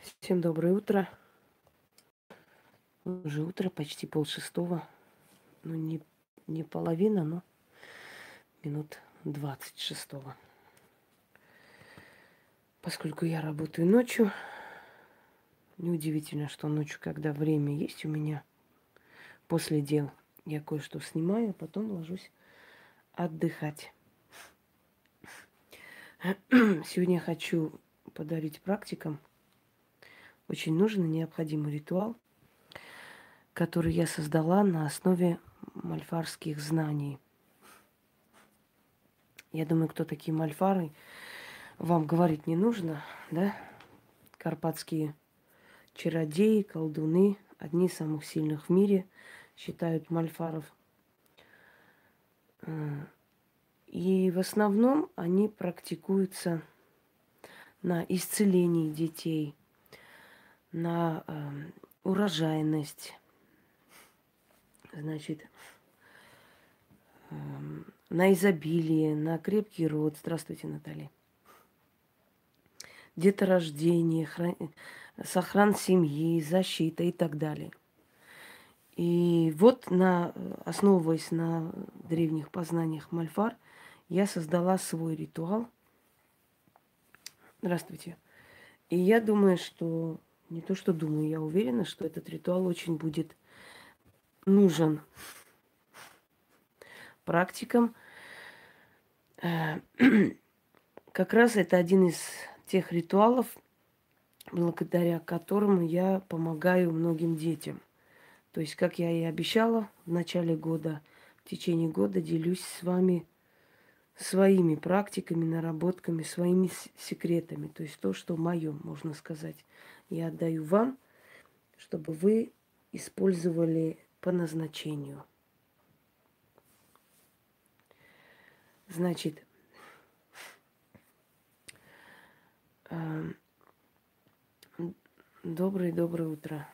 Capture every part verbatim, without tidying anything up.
Всем доброе утро. Уже утро, почти полшестого. Ну, не, не половина, но минут двадцать шестого. Поскольку я работаю ночью, неудивительно, что ночью, когда время есть у меня, после дел, я кое-что снимаю, а потом ложусь отдыхать. Сегодня я хочу подарить практикам очень нужный, необходимый ритуал, который я создала на основе мальфарских знаний. Я думаю, кто такие мальфары, вам говорить не нужно, да? Карпатские чародеи, колдуны, одни из самых сильных в мире, считают мальфаров. И в основном они практикуются на исцелении детей, на э, урожайность, значит, э, на изобилие, на крепкий род. Здравствуйте, Наталья. Деторождение, хран... сохран семьи, защита и так далее. И вот, на, основываясь на древних познаниях мальфар, я создала свой ритуал. Здравствуйте. И я думаю, что, не то что думаю, я уверена, что этот ритуал очень будет нужен практикам. Как раз это один из тех ритуалов, благодаря которому я помогаю многим детям. То есть, как я и обещала в начале года, в течение года делюсь с вами своими практиками, наработками, своими секретами. То есть то, что мое, можно сказать, я отдаю вам, чтобы вы использовали по назначению. Значит, доброе-доброе утро.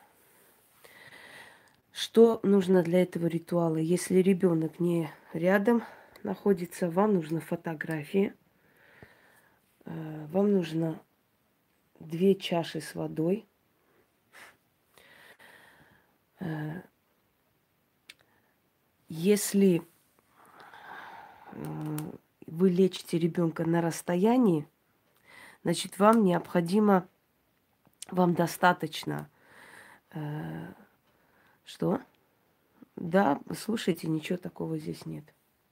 Что нужно для этого ритуала? Если ребенок не рядом находится, вам нужна фотография, вам нужно две чаши с водой, если вы лечите ребенка на расстоянии, значит, вам необходимо, вам достаточно, э, что? Да, слушайте, ничего такого здесь нет.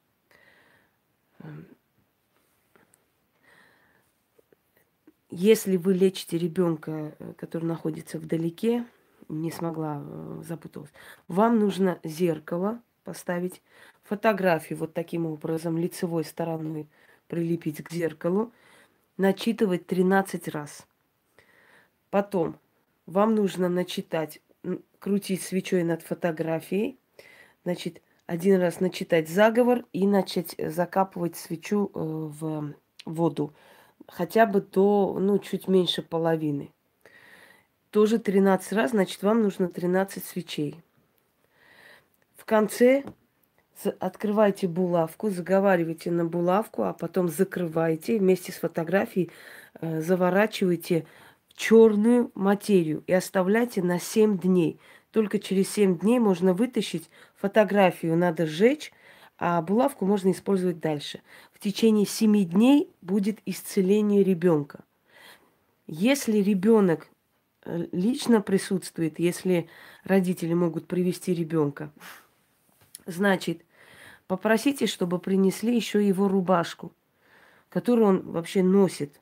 Если вы лечите ребенка, который находится вдалеке, не смогла, запуталась, вам нужно зеркало поставить, фотографию вот таким образом лицевой стороной прилепить к зеркалу, начитывать тринадцать раз. Потом вам нужно начитать, крутить свечой над фотографией, значит, один раз начитать заговор и начать закапывать свечу в воду. Хотя бы до, ну, чуть меньше половины. Тоже тринадцать раз, значит, вам нужно тринадцать свечей. В конце открывайте булавку, заговаривайте на булавку, а потом закрывайте вместе с фотографией, э, заворачивайте в черную материю и оставляйте на семь дней. Только через семь дней можно вытащить. Фотографию надо сжечь, а булавку можно использовать дальше. В течение семи дней будет исцеление ребенка. Если ребенок лично присутствует, если родители могут привести ребенка, значит, попросите, чтобы принесли еще его рубашку, которую он вообще носит.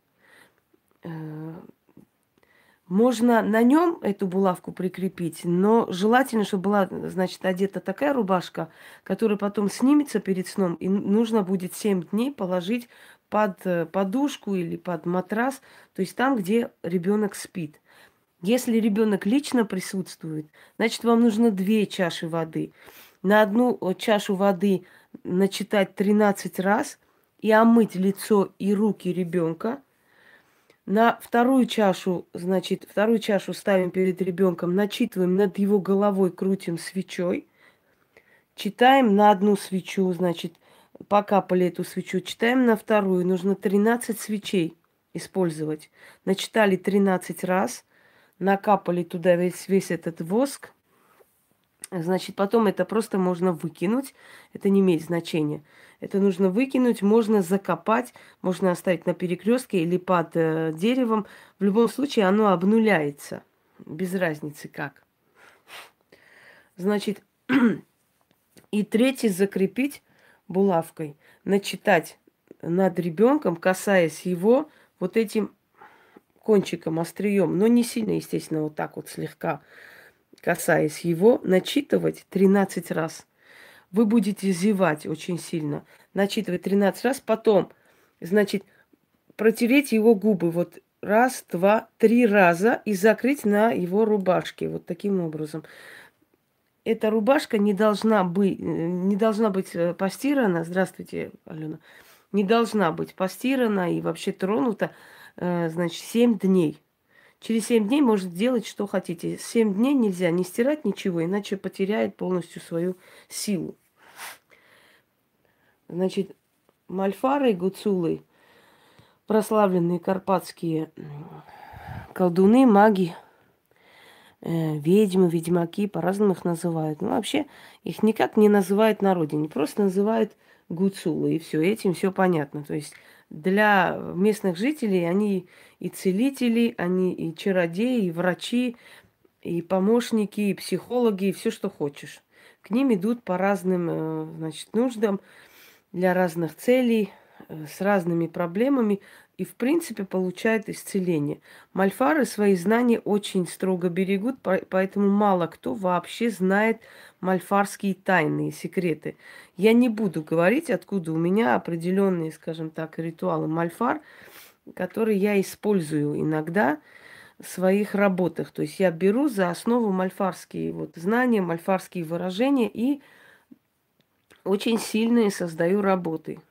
Можно на нем эту булавку прикрепить, но желательно, чтобы была, значит, одета такая рубашка, которая потом снимется перед сном, и нужно будет семь дней положить под подушку или под матрас, то есть там, где ребенок спит. Если ребенок лично присутствует, значит, вам нужно две чаши воды. На одну чашу воды начитать тринадцать раз и омыть лицо и руки ребенка. На вторую чашу, значит, вторую чашу ставим перед ребенком, начитываем над его головой, крутим свечой. Читаем на одну свечу, значит, покапали эту свечу, читаем на вторую. Нужно тринадцать свечей использовать. Начитали тринадцать раз. накапали туда весь, весь этот воск, значит, потом это просто можно выкинуть. Это не имеет значения. Это нужно выкинуть, можно закопать, можно оставить на перекрестке или под э, деревом. В любом случае оно обнуляется. Без разницы как. Значит, и третий закрепить булавкой. Начитать над ребенком, касаясь его вот этим кончиком, острием. Но не сильно, естественно, вот так вот слегка касаясь его, начитывать тринадцать раз. Вы будете зевать очень сильно. Начитывать тринадцать раз. Потом, значит, протереть его губы. Вот раз, два, три раза. И закрыть на его рубашке. Вот таким образом. Эта рубашка не должна быть, не должна быть постирана. Здравствуйте, Алена. Не должна быть постирана и вообще тронута, значит, семь дней. Через семь дней можно делать, что хотите. семь дней нельзя не стирать ничего, иначе потеряет полностью свою силу. Значит, мальфары и гуцулы, прославленные карпатские колдуны, маги, э, ведьмы, ведьмаки, по-разному их называют. Ну, вообще, их никак не называют на родине, просто называют гуцулы, и все, этим все понятно. То есть для местных жителей они и целители, они и чародеи, и врачи, и помощники, и психологи, и все, что хочешь. К ним идут по разным, значит, нуждам, для разных целей, с разными проблемами, и, в принципе, получают исцеление. Мальфары свои знания очень строго берегут, поэтому мало кто вообще знает мальфарские тайные секреты. Я не буду говорить, откуда у меня определенные, скажем так, ритуалы мальфар, которые я использую иногда в своих работах. То есть я беру за основу мальфарские вот знания, мальфарские выражения и очень сильные создаю работы.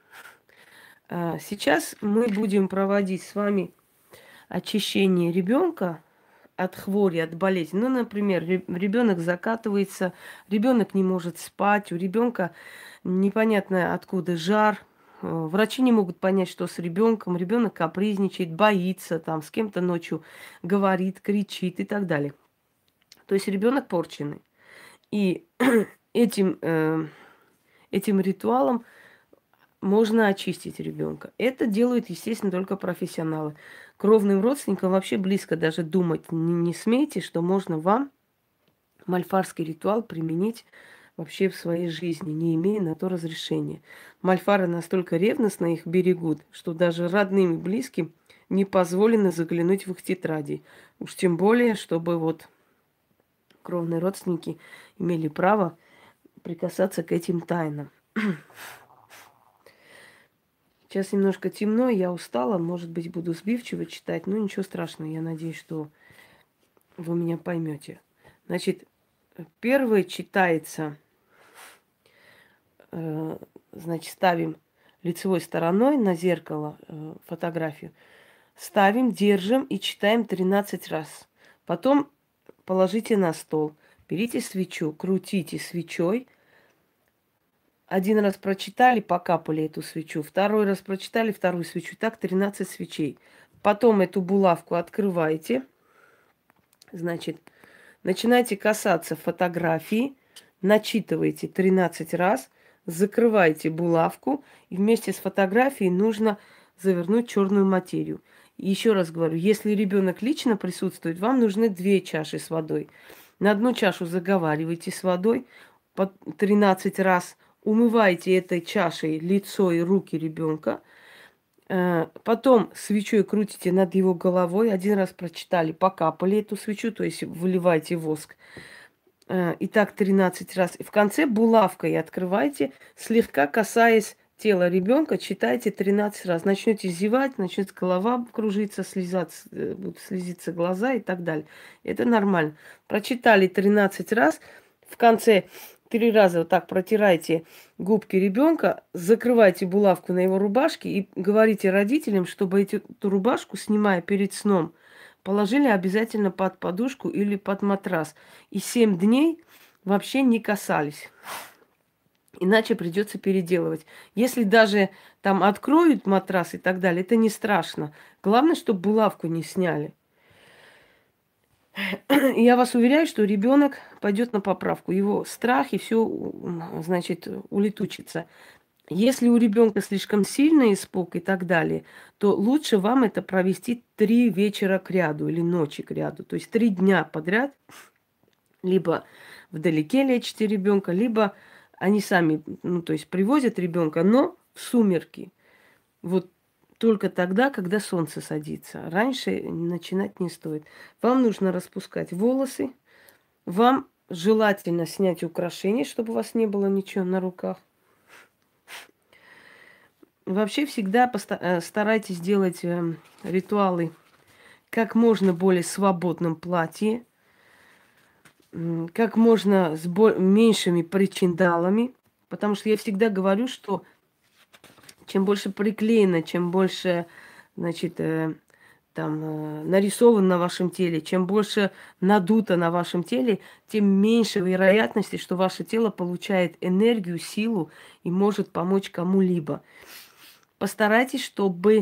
Сейчас мы будем проводить с вами очищение ребенка от хвори, от болезни. Ну, например, ребенок закатывается, ребенок не может спать, у ребенка непонятно откуда жар. Врачи не могут понять, что с ребенком. Ребенок капризничает, боится, там, с кем-то ночью говорит, кричит и так далее. То есть ребенок порченный. И этим, э, этим ритуалом можно очистить ребенка. Это делают, естественно, только профессионалы. Кровным родственникам вообще близко даже думать не, не смейте, что можно вам мальфарский ритуал применить вообще в своей жизни, не имея на то разрешения. Мальфары настолько ревностно их берегут, что даже родным и близким не позволено заглянуть в их тетради. Уж тем более, чтобы вот кровные родственники имели право прикасаться к этим тайнам. Сейчас немножко темно, я устала, может быть, буду сбивчиво читать, но ничего страшного, я надеюсь, что вы меня поймете. Значит, первое читается, э, значит, ставим лицевой стороной на зеркало э, фотографию, ставим, держим и читаем тринадцать раз. Потом положите на стол, берите свечу, крутите свечой. Один раз прочитали, покапали эту свечу. Второй раз прочитали, вторую свечу. Так тринадцать свечей. Потом эту булавку открываете. Значит, начинаете касаться фотографии. Начитываете тринадцать раз. Закрываете булавку. И вместе с фотографией нужно завернуть черную материю. И еще раз говорю, если ребенок лично присутствует, вам нужны две чаши с водой. На одну чашу заговаривайте с водой по тринадцать раз. Умывайте этой чашей лицо и руки ребенка. Потом свечой крутите над его головой. Один раз прочитали, покапали эту свечу, то есть выливайте воск. И так тринадцать раз. И в конце булавкой открывайте, слегка касаясь тела ребенка, читайте тринадцать раз. Начнете зевать, начнет голова кружиться, слезаться, будут слезиться глаза и так далее. Это нормально. Прочитали тринадцать раз. В конце три раза вот так протирайте губки ребенка, закрывайте булавку на его рубашке и говорите родителям, чтобы эту, эту рубашку, снимая перед сном, положили обязательно под подушку или под матрас. И семь дней вообще не касались. Иначе придется переделывать. Если даже там откроют матрас и так далее, это не страшно. Главное, чтобы булавку не сняли. Я вас уверяю, что ребенок пойдет на поправку. Его страх и все, значит, улетучится. Если у ребенка слишком сильный испуг и так далее, то лучше вам это провести три вечера к ряду или ночи к ряду. То есть три дня подряд, либо вдалеке лечите ребенка, либо они сами, ну, то есть привозят ребенка, но в сумерки. Вот только тогда, когда солнце садится. Раньше начинать не стоит. Вам нужно распускать волосы. Вам желательно снять украшения, чтобы у вас не было ничего на руках. Вообще всегда поста- э, старайтесь делать э, ритуалы как можно более свободном платье, м, как можно с бо- меньшими причиндалами. Потому что я всегда говорю, что чем больше приклеено, чем больше, значит, э, там э, нарисовано на вашем теле, чем больше надуто на вашем теле, тем меньше вероятности, что ваше тело получает энергию, силу и может помочь кому-либо. Постарайтесь, чтобы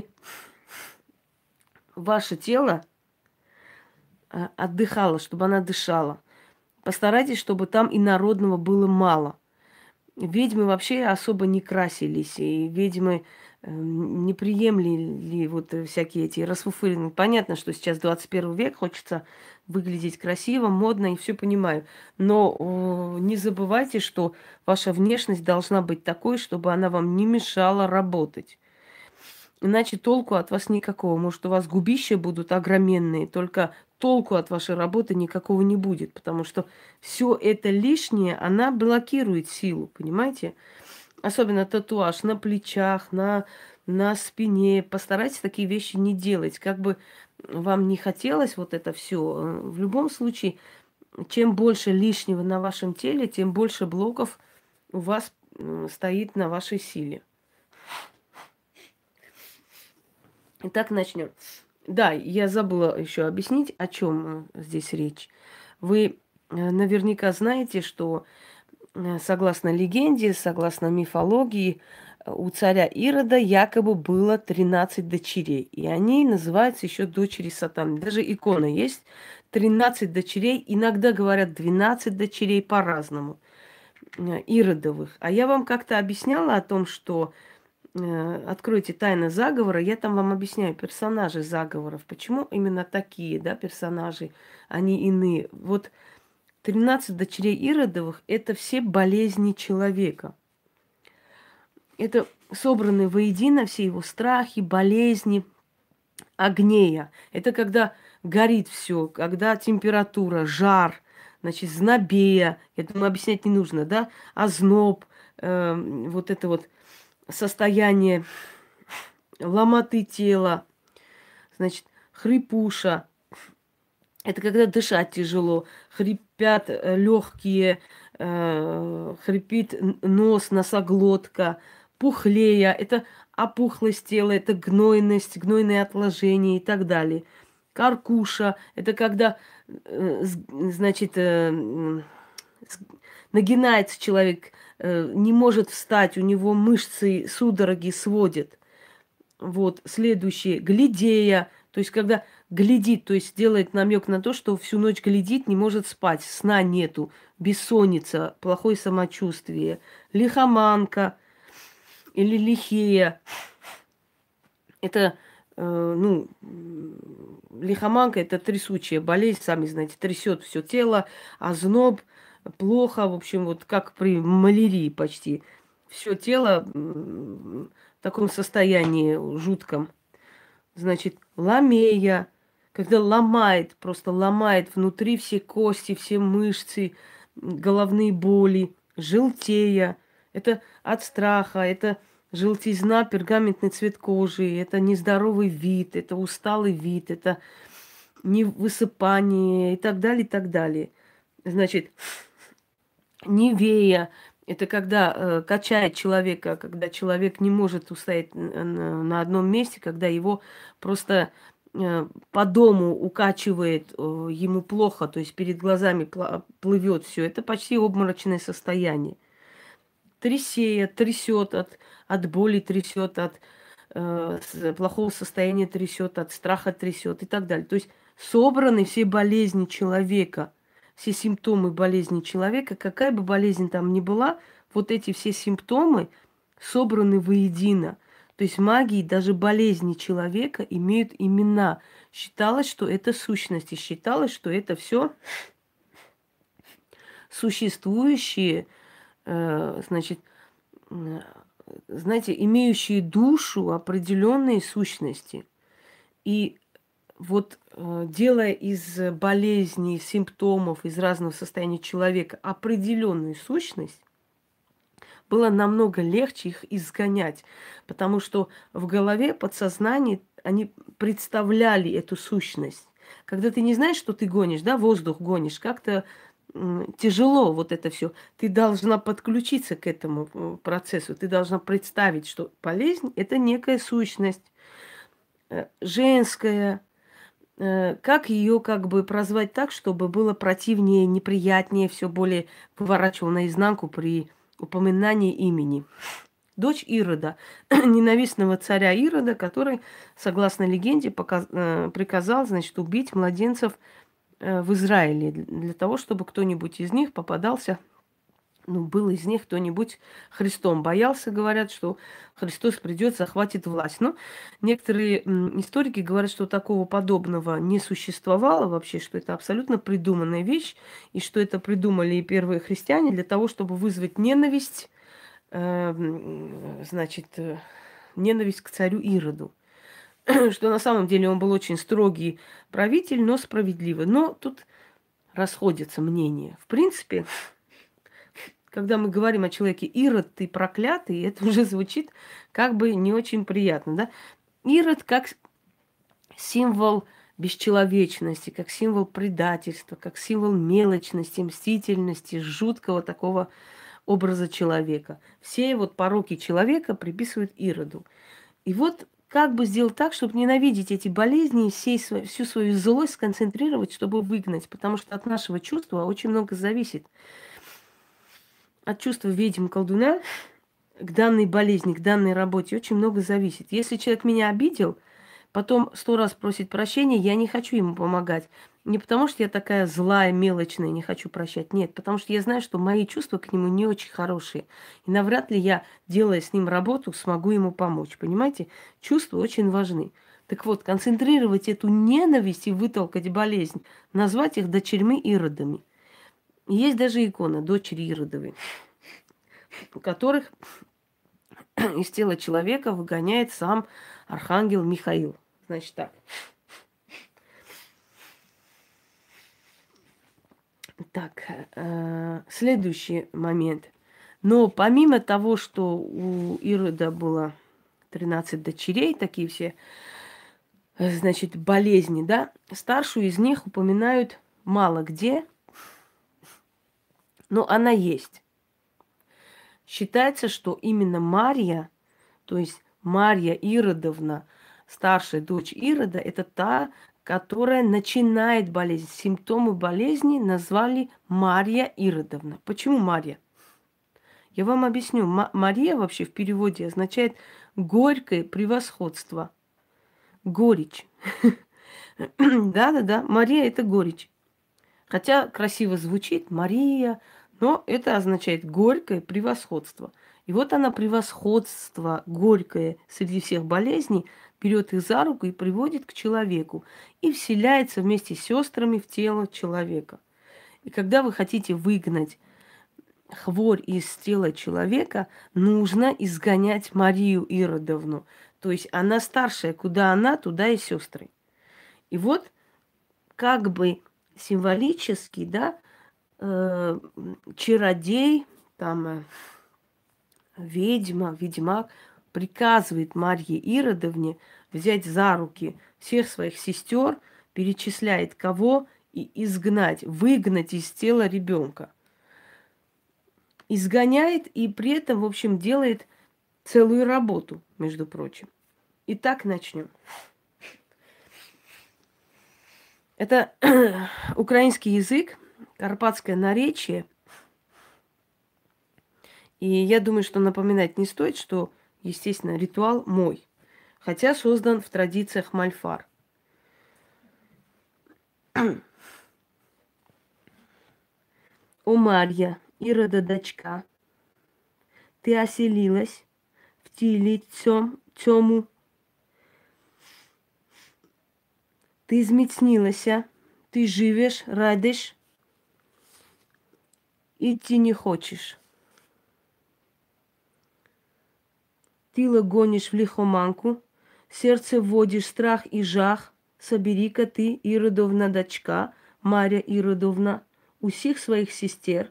ваше тело э, отдыхало, чтобы она дышала. Постарайтесь, чтобы там инородного было мало. Ведьмы вообще особо не красились, и ведьмы э, не приемлили вот э, всякие эти расфуфыренные. Понятно, что сейчас двадцать первый век, хочется выглядеть красиво, модно, и все понимаю. Но э, не забывайте, что ваша внешность должна быть такой, чтобы она вам не мешала работать. Иначе толку от вас никакого. Может, у вас губища будут огроменные, только толку от вашей работы никакого не будет, потому что все это лишнее, она блокирует силу, понимаете? Особенно татуаж на плечах, на, на спине. Постарайтесь такие вещи не делать. Как бы вам не хотелось вот это все. В любом случае, чем больше лишнего на вашем теле, тем больше блоков у вас м, стоит на вашей силе. Итак, начнем. Да, я забыла еще объяснить, о чем здесь речь. Вы э, наверняка знаете, что э, согласно легенде, согласно мифологии, э, у царя Ирода якобы было тринадцать дочерей. И они называются еще дочери сатаны. Даже икона есть. тринадцать дочерей. Иногда говорят двенадцать дочерей по-разному. э, Иродовых. А я вам как-то объясняла о том, что э, откройте тайны заговора, я там вам объясняю персонажи заговоров, почему именно такие, да, персонажи, они иные. Вот тринадцать дочерей Иродовых – это все болезни человека. Это собраны воедино все его страхи, болезни, агнея. Это когда горит все, когда температура, жар, значит, знобея, это думаю, объяснять не нужно, да, озноб, э, вот это вот состояние ломоты тела, значит, хрипуша. Это когда дышать тяжело, хрипят легкие, хрипит н- нос, носоглотка, пухлея. Это опухлость тела, это гнойность, гнойные отложения и так далее. Каркуша – это когда, э, с- значит, э, м, с- нагинается человек, э, не может встать, у него мышцы судороги сводят. Вот, следующее, глядея, то есть когда глядит, то есть делает намек на то, что всю ночь глядит, не может спать, сна нету, бессонница, плохое самочувствие, лихоманка или лихея. Это, э, ну, м, лихоманка – это трясучая болезнь, сами знаете, трясет все тело, озноб, плохо, в общем, вот как при малярии почти. Все тело м, в таком состоянии жутком. Значит, ламея, когда ломает, просто ломает внутри все кости, все мышцы, м, головные боли, желтея. Это от страха, это желтизна, пергаментный цвет кожи, это нездоровый вид, это усталый вид, это невысыпание и так далее, и так далее. Значит, невея – это когда э, качает человека, когда человек не может устоять н- на, на одном месте, когда его просто э, по дому укачивает, э, ему плохо, то есть перед глазами пла- плывет все. Это почти обморочное состояние. Трясея, трясет от, от боли, трясет от э, с- плохого состояния, трясет от страха, трясет и так далее. То есть собраны все болезни человека, все симптомы болезни человека, какая бы болезнь там ни была, вот эти все симптомы собраны воедино. То есть магии даже болезни человека имеют имена. Считалось, что это сущности, считалось, что это все существующие, э, значит, э, знаете, имеющие душу определенные сущности. И вот э, делая из болезней, симптомов, из разного состояния человека определенную сущность, было намного легче их изгонять, потому что в голове, подсознании они представляли эту сущность. Когда ты не знаешь, что ты гонишь, да, воздух гонишь, как-то м, тяжело вот это все. Ты должна подключиться к этому э, процессу, ты должна представить, что болезнь – это некая сущность э, женская. Э, Как ее как бы прозвать так, чтобы было противнее, неприятнее, все более выворачивало наизнанку при упоминании имени. Дочь Ирода, ненавистного царя Ирода, который, согласно легенде, показ- э, приказал, значит, убить младенцев э, в Израиле для того, чтобы кто-нибудь из них попадался, ну, был из них кто-нибудь Христом. Боялся, говорят, что Христос придет, захватит власть. Но некоторые м, историки говорят, что такого подобного не существовало вообще, что это абсолютно придуманная вещь, и что это придумали и первые христиане для того, чтобы вызвать ненависть, э, м, значит, э, ненависть к царю Ироду. Что на самом деле он был очень строгий правитель, но справедливый. Но тут расходятся мнения. В принципе, когда мы говорим о человеке Ирод, ты проклятый, это уже звучит как бы не очень приятно, да? Ирод как символ бесчеловечности, как символ предательства, как символ мелочности, мстительности, жуткого такого образа человека. Все вот пороки человека приписывают Ироду. И вот как бы сделать так, чтобы ненавидеть эти болезни и всей сво- всю свою злость сконцентрировать, чтобы выгнать, потому что от нашего чувства очень много зависит. От чувства ведьм колдуна к данной болезни, к данной работе очень много зависит. Если человек меня обидел, потом сто раз просит прощения, я не хочу ему помогать. Не потому, что я такая злая, мелочная, не хочу прощать. Нет, потому что я знаю, что мои чувства к нему не очень хорошие. И навряд ли я, делая с ним работу, смогу ему помочь. Понимаете? Чувства очень важны. Так вот, концентрировать эту ненависть и вытолкать болезнь, назвать их дочерьми Иродами. И есть даже икона дочери Иродовой, у которых из тела человека выгоняет сам архангел Михаил. Значит так. Так, э, следующий момент. Но помимо того, что у Ирода было тринадцать дочерей, такие все, э, значит, болезни, да, старшую из них упоминают мало где, но она есть. Считается, что именно Марья, то есть Марья Иродовна, старшая дочь Ирода, это та, которая начинает болезнь. Симптомы болезни назвали Марья Иродовна. Почему Марья? Я вам объясню. Ма- Мария вообще в переводе означает горькое превосходство. Горечь. Да-да-да, Мария – это горечь. Хотя красиво звучит Мария, но это означает горькое превосходство. И вот она превосходство горькое среди всех болезней берет их за руку и приводит к человеку и вселяется вместе с сестрами в тело человека. И когда вы хотите выгнать хворь из тела человека, нужно изгонять Марию Иродовну. То есть она старшая, куда она, туда и сестры. И вот как бы символически, да, э, чародей, там, э, ведьма, ведьмак приказывает Марье Иродовне взять за руки всех своих сестер, перечисляет кого и изгнать, выгнать из тела ребенка. Изгоняет и при этом, в общем, делает целую работу, между прочим. Итак, начнем. Это украинский язык, карпатское наречие. И я думаю, что напоминать не стоит, что, естественно, ритуал мой, хотя создан в традициях Мальфар. О Марья, Ирода дочка, ты оселилась в тілі цьом, цьому, ти зміцнилася, ти живеш, радиш, идти не хочешь. Тіло гонишь в лихоманку, сердце вводишь страх и жах, собери-ка ты, Иродовна дочка, Марья Иродовна, усіх своих сестер,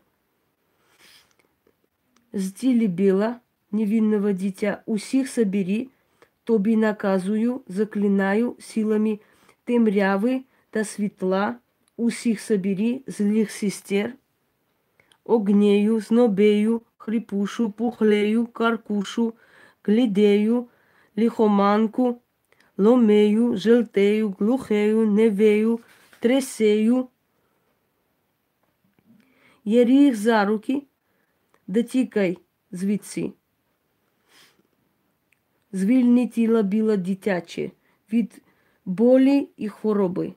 з тілі біла, невинного дитя, усіх собери, тобі наказую, заклинаю силами темряви та світла, усіх собери, злих сестер, огнею, знобею, хрипушу, пухлею, каркушу, глідею, лихоманку, ломею, желтею, глухею, невею, тресею. Єри їх за руки, дотікай звідси. Звільни тіло біло дитяче від болі і хвороби.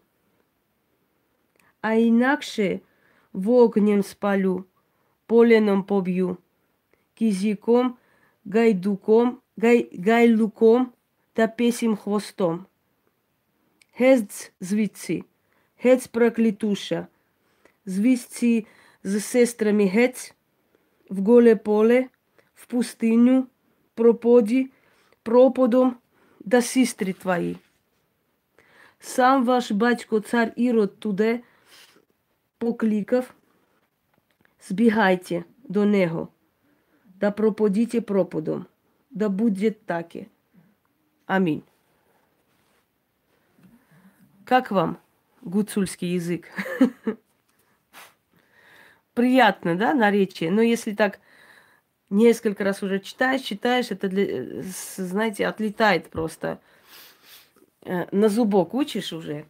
А інакше вогнем спалю, поленом поб'ю, кізяком, гайдуком, гай, гайлуком та песім хвостом. Геть звідси, геть проклятуша, звідси з сестрами геть, в голе поле, в пустиню, проподі, проподом да сестри твої. Сам ваш батько цар Ірод туди покликав, збігайте до нього, да проподіте проподом, да буде таке. Аминь. Как вам гуцульский язык? Приятно, да, наречие? Но если так несколько раз уже читаешь, читаешь, это, для, знаете, отлетает просто. На зубок учишь уже.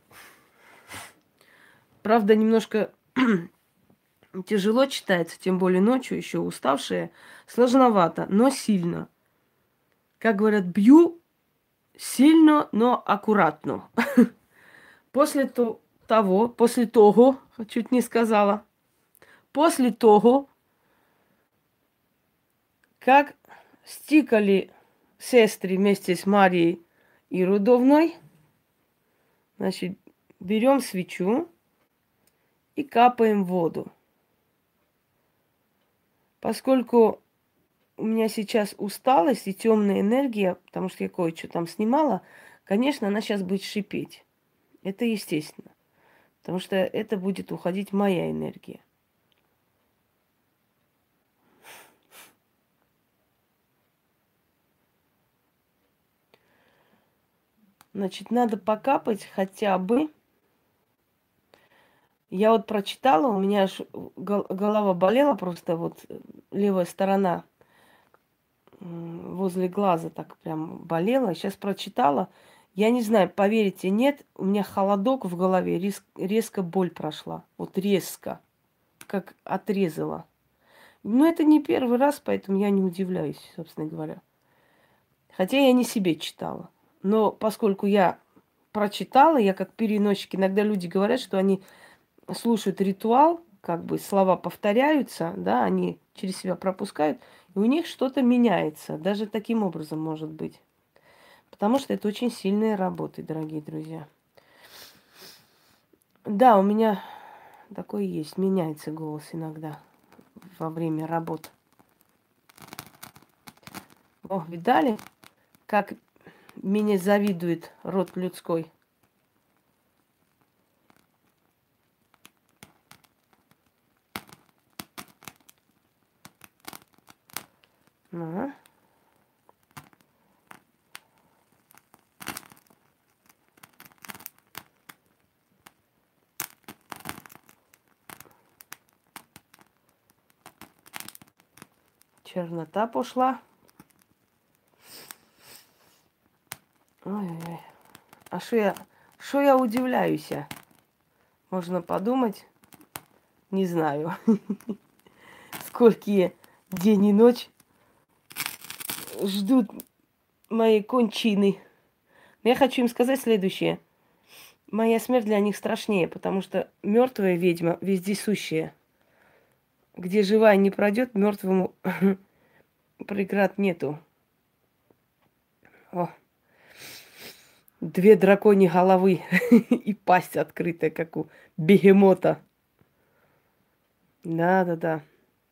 Правда, немножко тяжело читается, тем более ночью, еще уставшие. Сложновато, но сильно. Как говорят, бью сильно, но аккуратно. После того, после того, чуть не сказала, после того, как стикали сестры вместе с Марьей Иродовной, значит, берем свечу и капаем воду. Поскольку у меня сейчас усталость и темная энергия, потому что я кое-что там снимала, конечно, она сейчас будет шипеть. Это естественно. Потому что это будет уходить моя энергия. Значит, надо покапать хотя бы. Я вот прочитала, у меня аж голова болела просто, вот левая сторона возле глаза так прям болела. Сейчас прочитала. Я не знаю, поверите, нет, у меня холодок в голове, резко, резко боль прошла. Вот резко, как отрезала. Но это не первый раз, поэтому я не удивляюсь, собственно говоря. Хотя я не себе читала. Но поскольку я прочитала, я как переносчик, иногда люди говорят, что они слушают ритуал, как бы слова повторяются, да, они через себя пропускают, и у них что-то меняется. Даже таким образом может быть. Потому что это очень сильные работы, дорогие друзья. Да, у меня такое есть, меняется голос иногда во время работы. Ох, видали, как меня завидует род людской? Ага. Чернота пошла. Ой-ой-ой. А что я, что я удивляюсь? Можно подумать, не знаю, сколько день и ночь ждут моей кончины. Но я хочу им сказать следующее. Моя смерть для них страшнее, потому что мертвая ведьма вездесущая. Где живая не пройдет, мертвому преград нету. О, две драконьи головы и пасть открытая, как у бегемота. Да-да-да.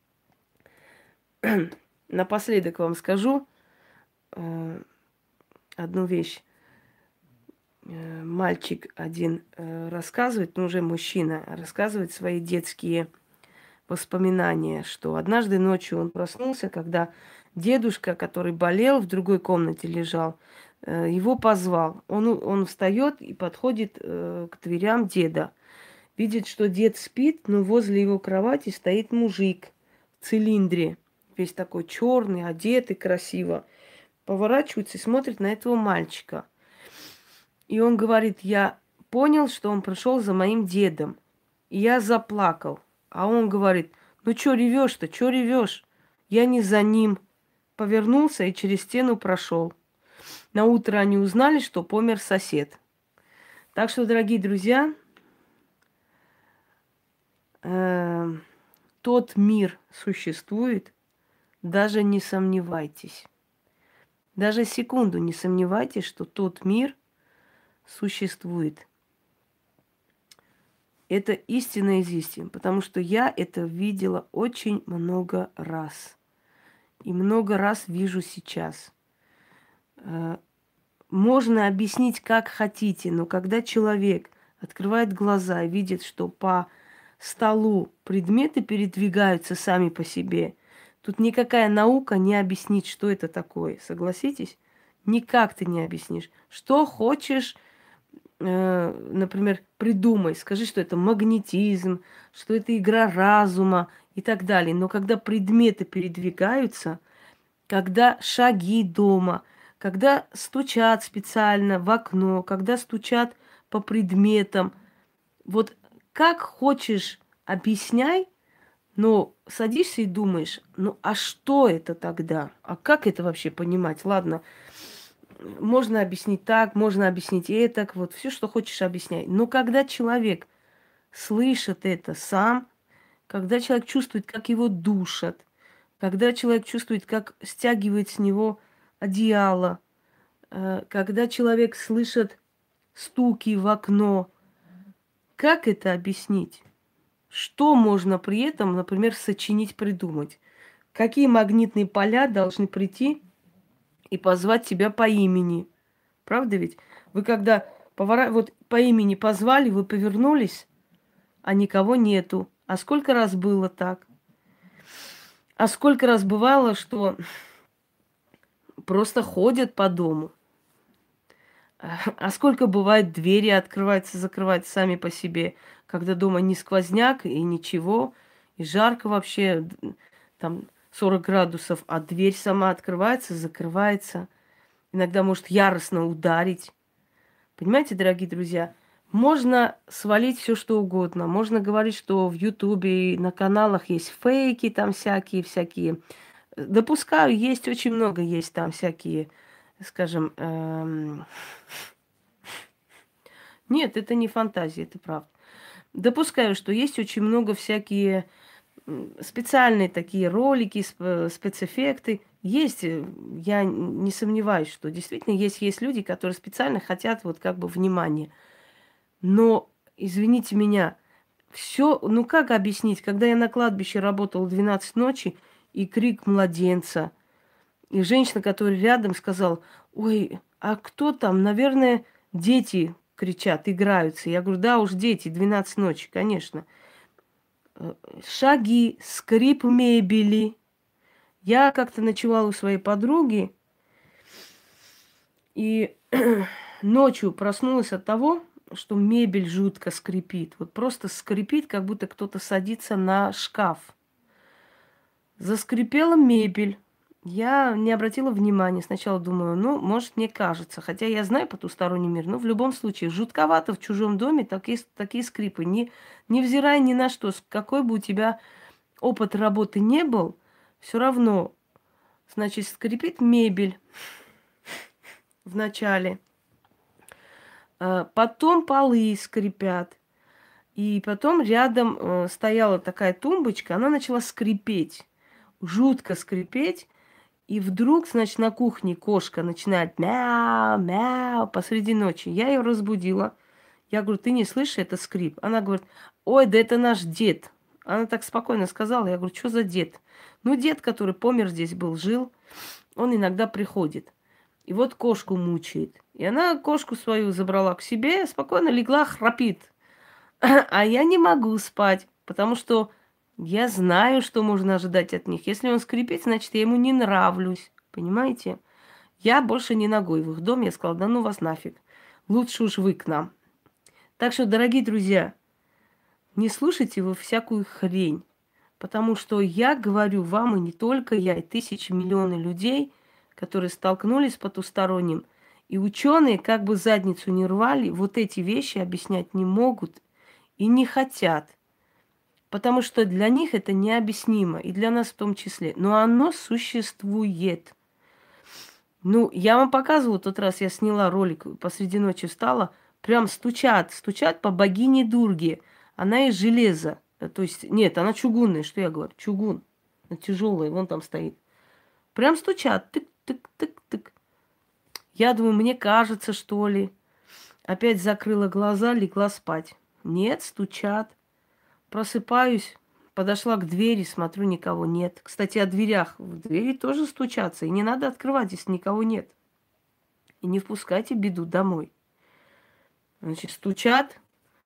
Напоследок вам скажу э, одну вещь. Э, мальчик один э, рассказывает, ну уже мужчина, рассказывает свои детские воспоминания, что однажды ночью он проснулся, когда дедушка, который болел, в другой комнате лежал, э, его позвал. Он, он встает и подходит э, к дверям деда. Видит, что дед спит, но возле его кровати стоит мужик в цилиндре, весь такой черный, одетый красиво. Поворачивается и смотрит на этого мальчика. И он говорит: я понял, что он пришел за моим дедом. И я заплакал. А он говорит: ну чё ревешь-то, чё ревешь? Я не за ним. Повернулся и через стену прошел. На утро они узнали, что помер сосед. Так что, дорогие друзья, э, тот мир существует, даже не сомневайтесь. Даже секунду не сомневайтесь, что тот мир существует. Это истина из истин, потому что я это видела очень много раз. И много раз вижу сейчас. Э, Можно объяснить, как хотите, но когда человек открывает глаза и видит, что по столу предметы передвигаются сами по себе, тут никакая наука не объяснит, что это такое. Согласитесь? Никак ты не объяснишь. Что хочешь, э, например, придумай. Скажи, что это магнетизм, что это игра разума и так далее. Но когда предметы передвигаются, когда шаги дома, когда стучат специально в окно, когда стучат по предметам, вот как хочешь объясняй, но садишься и думаешь: ну а что это тогда? А как это вообще понимать? Ладно, можно объяснить так, можно объяснить и так, вот все, что хочешь, объясняй. Но когда человек слышит это сам, когда человек чувствует, как его душат, когда человек чувствует, как стягивает с него одеяло, э, когда человек слышит стуки в окно, как это объяснить? Что можно при этом, например, сочинить, придумать? Какие магнитные поля должны прийти и позвать тебя по имени? Правда ведь? Вы когда повора... вот по имени позвали, вы повернулись, а никого нету. А сколько раз было так? А сколько раз бывало, что просто ходят по дому? А сколько бывает, двери открываются, закрываются сами по себе, когда дома не сквозняк и ничего, и жарко вообще, д- там сорок градусов, а дверь сама открывается, закрывается. Иногда может яростно ударить. Понимаете, дорогие друзья, можно свалить все что угодно. Можно говорить, что в Ютубе и на каналах есть фейки там всякие, всякие. Допускаю, есть очень много, есть там всякие, скажем, эм, нет, это не фантазия, это правда. Допускаю, что есть очень много всякие м, специальные такие ролики, сп- спецэффекты. Есть, э, я не сомневаюсь, что действительно есть, есть люди, которые специально хотят вот как бы внимания. Но, извините меня, все, ну как объяснить, когда я на кладбище работала в двенадцать ночи, и крик младенца, и женщина, которая рядом, сказала: ой, а кто там? Наверное, дети кричат, играются. Я говорю: да уж, дети, двенадцать ночи, конечно. Э, Шаги, скрип мебели. Я как-то ночевала у своей подруги, и ночью проснулась от того, что мебель жутко скрипит. Вот просто скрипит, как будто кто-то садится на шкаф. Заскрипела мебель. Я не обратила внимания. Сначала думаю, ну, может, мне кажется. Хотя я знаю потусторонний мир. Но в любом случае, жутковато в чужом доме такие, такие скрипы. Не, невзирая ни на что, с какой бы у тебя опыт работы не был, все равно, значит, скрипит мебель в начале. А, потом полы скрипят. И потом рядом э, стояла такая тумбочка, она начала скрипеть, жутко скрипеть. И вдруг, значит, на кухне кошка начинает мяу, мяу посреди ночи. Я ее разбудила. Я говорю, ты не слышишь, это скрип? Она говорит, ой, да это наш дед. Она так спокойно сказала. Я говорю, что за дед? Ну, дед, который помер здесь был, жил, он иногда приходит. И вот кошку мучает. И она кошку свою забрала к себе, спокойно легла, храпит. А я не могу спать, потому что я знаю, что можно ожидать от них. Если он скрипит, значит, я ему не нравлюсь. Понимаете? Я больше не ногой в их дом. Я сказала, да ну вас нафиг. Лучше уж вы к нам. Так что, дорогие друзья, не слушайте вы всякую хрень. Потому что я говорю вам, и не только я, и тысячи, миллионы людей, которые столкнулись с потусторонним. И ученые, как бы задницу не рвали, вот эти вещи объяснять не могут и не хотят. Потому что для них это необъяснимо, и для нас в том числе. Но оно существует. Ну, я вам показывала тот раз, я сняла ролик, посреди ночи встала, прям стучат, стучат по богине Дурге. Она из железа. То есть, нет, она чугунная, что я говорю, чугун. Она тяжелая, вон там стоит. Прям стучат, тык-тык-тык-тык. Я думаю, мне кажется, что ли. Опять закрыла глаза, легла спать. Нет, стучат. Просыпаюсь, подошла к двери, смотрю, никого нет. Кстати, о дверях. В двери тоже стучатся. И не надо открывать, если никого нет. И не впускайте беду домой. Значит, стучат.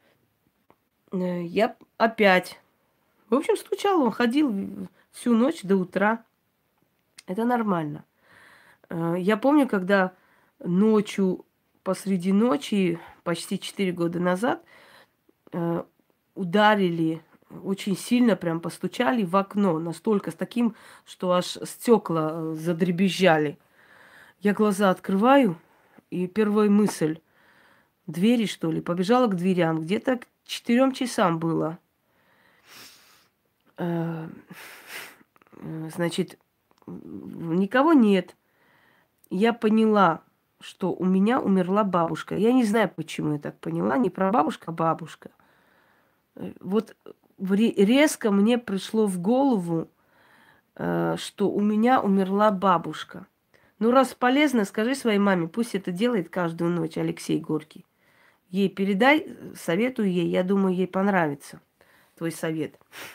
Э, Я опять. В общем, стучал, он ходил всю ночь до утра. Это нормально. Э, Я помню, когда ночью, посреди ночи, почти четыре года назад, э, ударили, очень сильно прям постучали в окно, настолько с таким, что аж стекла э, задребезжали. Я глаза открываю, и первая мысль, двери, что ли, побежала к дверям, где-то к четырем часам было. Э, э, Значит, никого нет. Я поняла, что у меня умерла бабушка. Я не знаю, почему я так поняла, не прабабушка, а бабушка. Э, Вот в ре- резко мне пришло в голову, э, что у меня умерла бабушка. Ну, раз полезно, скажи своей маме, пусть это делает каждую ночь Алексей Горький. Ей передай, э, советую ей, я думаю, ей понравится твой совет.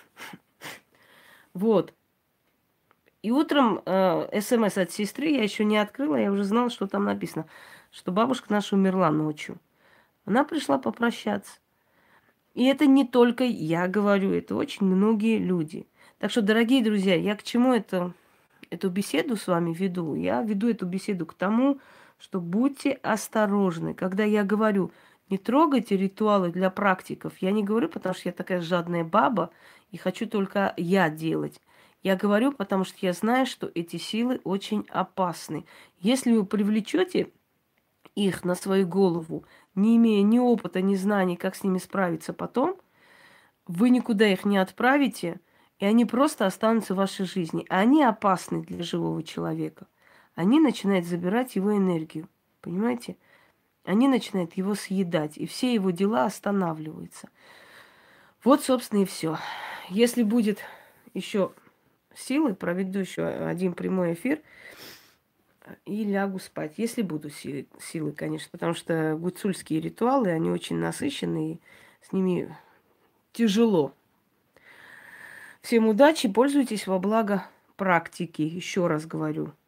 Вот. И утром э, смс от сестры я еще не открыла, я уже знала, что там написано, что бабушка наша умерла ночью. Она пришла попрощаться. И это не только я говорю, это очень многие люди. Так что, дорогие друзья, я к чему это, эту беседу с вами веду? Я веду эту беседу к тому, что будьте осторожны. Когда я говорю, не трогайте ритуалы для практиков, я не говорю, потому что я такая жадная баба и хочу только я делать. Я говорю, потому что я знаю, что эти силы очень опасны. Если вы привлечете их на свою голову, не имея ни опыта, ни знаний, как с ними справиться потом, вы никуда их не отправите, и они просто останутся в вашей жизни. А они опасны для живого человека. Они начинают забирать его энергию. Понимаете? Они начинают его съедать, и все его дела останавливаются. Вот, собственно, и все. Если будет еще силы, проведу еще один прямой эфир и лягу спать. Если буду силы, силы, конечно, потому что гуцульские ритуалы, они очень насыщенные, и с ними тяжело. Всем удачи, пользуйтесь во благо практики, еще раз говорю.